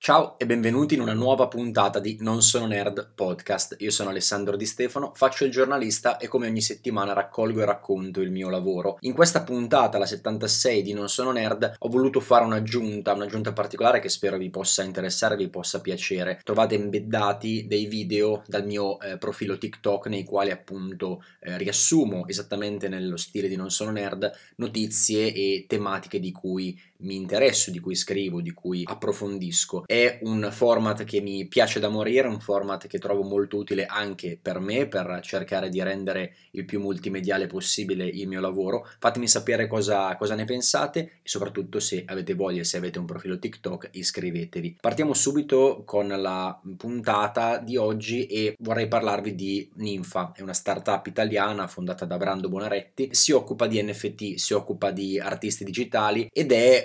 Ciao e benvenuti in una nuova puntata di Non sono nerd podcast. Io sono Alessandro Di Stefano, faccio il giornalista e come ogni settimana raccolgo e racconto il mio lavoro. In questa puntata, la 76 di Non sono nerd, ho voluto fare un'aggiunta particolare che spero vi possa interessare, vi possa piacere. Trovate embeddati dei video dal mio profilo TikTok nei quali appunto riassumo esattamente nello stile di Non sono nerd notizie e tematiche di cui mi interesso, di cui scrivo, di cui approfondisco. È un format che mi piace da morire, un format che trovo molto utile anche per me, per cercare di rendere il più multimediale possibile il mio lavoro. Fatemi sapere cosa ne pensate e soprattutto se avete voglia, se avete un profilo TikTok, iscrivetevi. Partiamo subito con la puntata di oggi e vorrei parlarvi di Ninfa, è una startup italiana fondata da Brando Bonaretti, si occupa di NFT, si occupa di artisti digitali ed è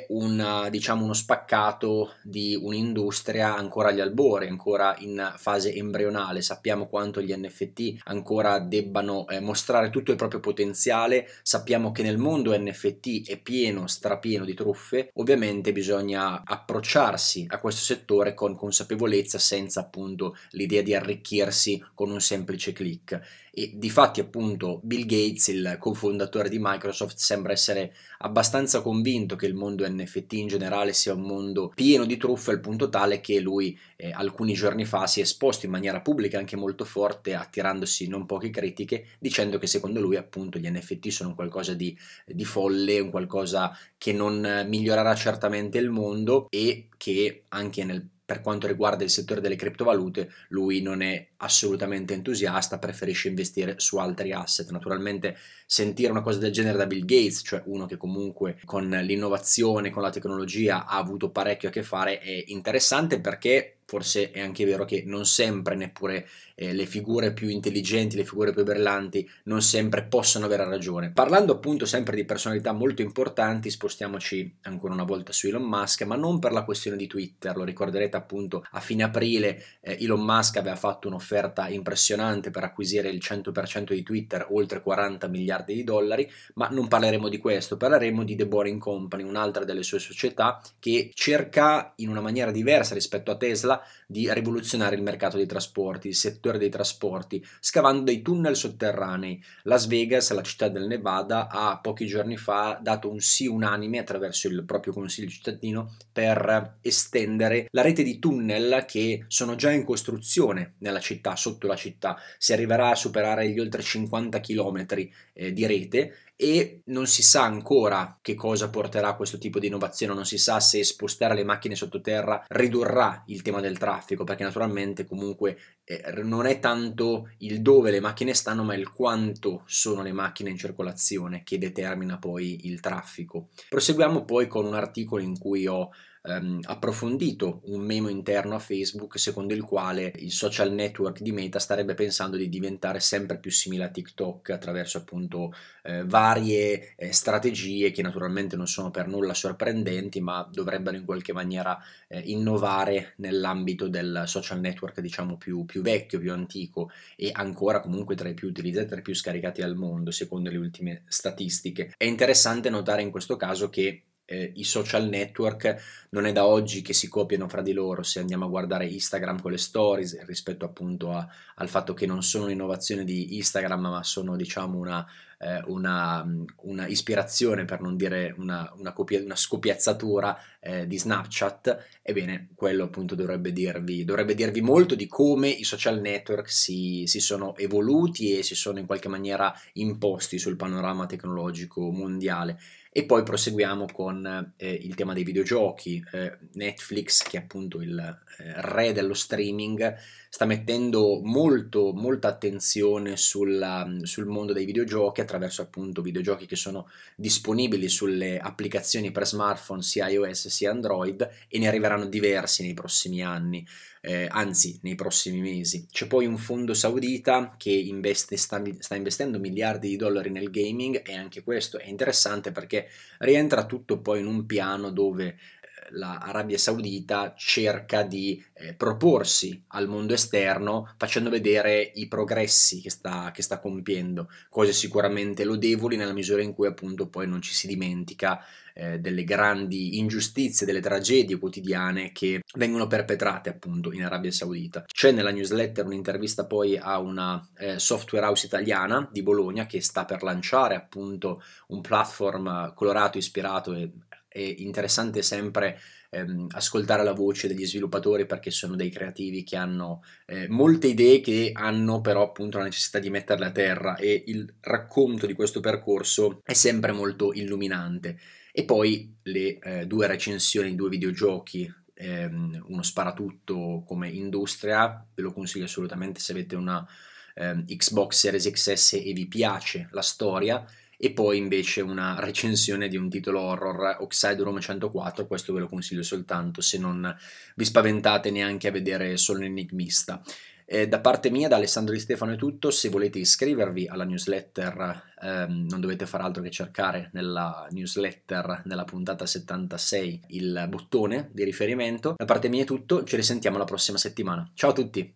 uno spaccato di un'industria ancora agli albori, ancora in fase embrionale. Sappiamo quanto gli NFT ancora debbano mostrare tutto il proprio potenziale, sappiamo che nel mondo NFT è pieno, strapieno di truffe, ovviamente bisogna approcciarsi a questo settore con consapevolezza senza appunto l'idea di arricchirsi con un semplice click. E difatti appunto Bill Gates, il cofondatore di Microsoft, sembra essere abbastanza convinto che il mondo NFT in generale sia un mondo pieno di truffe al punto tale che lui alcuni giorni fa si è esposto in maniera pubblica anche molto forte, attirandosi non poche critiche, dicendo che secondo lui appunto gli NFT sono qualcosa di folle, un qualcosa che non migliorerà certamente il mondo e che anche per quanto riguarda il settore delle criptovalute lui non è assolutamente entusiasta, preferisce investire su altri asset. Naturalmente sentire una cosa del genere da Bill Gates, cioè uno che comunque con l'innovazione, con la tecnologia ha avuto parecchio a che fare, è interessante perché forse è anche vero che non sempre neppure le figure più intelligenti, le figure più brillanti, non sempre possono avere ragione. Parlando appunto sempre di personalità molto importanti, spostiamoci ancora una volta su Elon Musk, ma non per la questione di Twitter. Lo ricorderete appunto a fine aprile Elon Musk aveva fatto un'offerta impressionante per acquisire il 100% di Twitter, oltre 40 miliardi di dollari, ma non parleremo di questo, parleremo di The Boring Company, un'altra delle sue società che cerca in una maniera diversa rispetto a Tesla di rivoluzionare il mercato dei trasporti, il settore dei trasporti, scavando dei tunnel sotterranei. Las Vegas, la città del Nevada, ha pochi giorni fa dato un sì unanime attraverso il proprio consiglio cittadino per estendere la rete di tunnel che sono già in costruzione nella città, sotto la città. Si arriverà a superare gli oltre 50 chilometri di rete e non si sa ancora che cosa porterà questo tipo di innovazione, non si sa se spostare le macchine sottoterra ridurrà il tema del traffico, perché naturalmente comunque non è tanto il dove le macchine stanno, ma il quanto sono le macchine in circolazione che determina poi il traffico. Proseguiamo poi con un articolo in cui ho approfondito un memo interno a Facebook secondo il quale il social network di Meta starebbe pensando di diventare sempre più simile a TikTok attraverso appunto varie strategie che naturalmente non sono per nulla sorprendenti, ma dovrebbero in qualche maniera innovare nell'ambito del social network diciamo più vecchio, più antico e ancora comunque tra i più utilizzati, tra i più scaricati al mondo secondo le ultime statistiche. È interessante notare in questo caso che i social network non è da oggi che si copiano fra di loro. Se andiamo a guardare Instagram con le stories rispetto appunto al fatto che non sono un'innovazione di Instagram ma sono diciamo una ispirazione, per non dire una scopiazzatura di Snapchat, ebbene quello appunto dovrebbe dirvi molto di come i social network si sono evoluti e si sono in qualche maniera imposti sul panorama tecnologico mondiale. E poi proseguiamo con il tema dei videogiochi. Netflix, che è appunto il re dello streaming, sta mettendo molta attenzione sul mondo dei videogiochi attraverso appunto videogiochi che sono disponibili sulle applicazioni per smartphone sia iOS sia Android e ne arriveranno diversi nei prossimi anni. Anzi nei prossimi mesi. C'è poi un fondo saudita che sta investendo miliardi di dollari nel gaming e anche questo è interessante perché rientra tutto poi in un piano dove la Arabia Saudita cerca di proporsi al mondo esterno facendo vedere i progressi che sta compiendo, cose sicuramente lodevoli nella misura in cui appunto poi non ci si dimentica delle grandi ingiustizie, delle tragedie quotidiane che vengono perpetrate appunto in Arabia Saudita. C'è nella newsletter un'intervista poi a una software house italiana di Bologna che sta per lanciare appunto un platform colorato, ispirato e interessante sempre ascoltare la voce degli sviluppatori, perché sono dei creativi che hanno molte idee, che hanno però appunto la necessità di metterle a terra, e il racconto di questo percorso è sempre molto illuminante. E poi le due recensioni di due videogiochi, uno sparatutto come industria, ve lo consiglio assolutamente se avete una Xbox Series XS e vi piace la storia, e poi invece una recensione di un titolo horror, Oxide Room 104, questo ve lo consiglio soltanto se non vi spaventate neanche a vedere solo l'enigmista. Da parte mia, da Alessandro Di Stefano è tutto. Se volete iscrivervi alla newsletter non dovete fare altro che cercare nella newsletter, nella puntata 76, il bottone di riferimento. Da parte mia è tutto, ci risentiamo la prossima settimana. Ciao a tutti!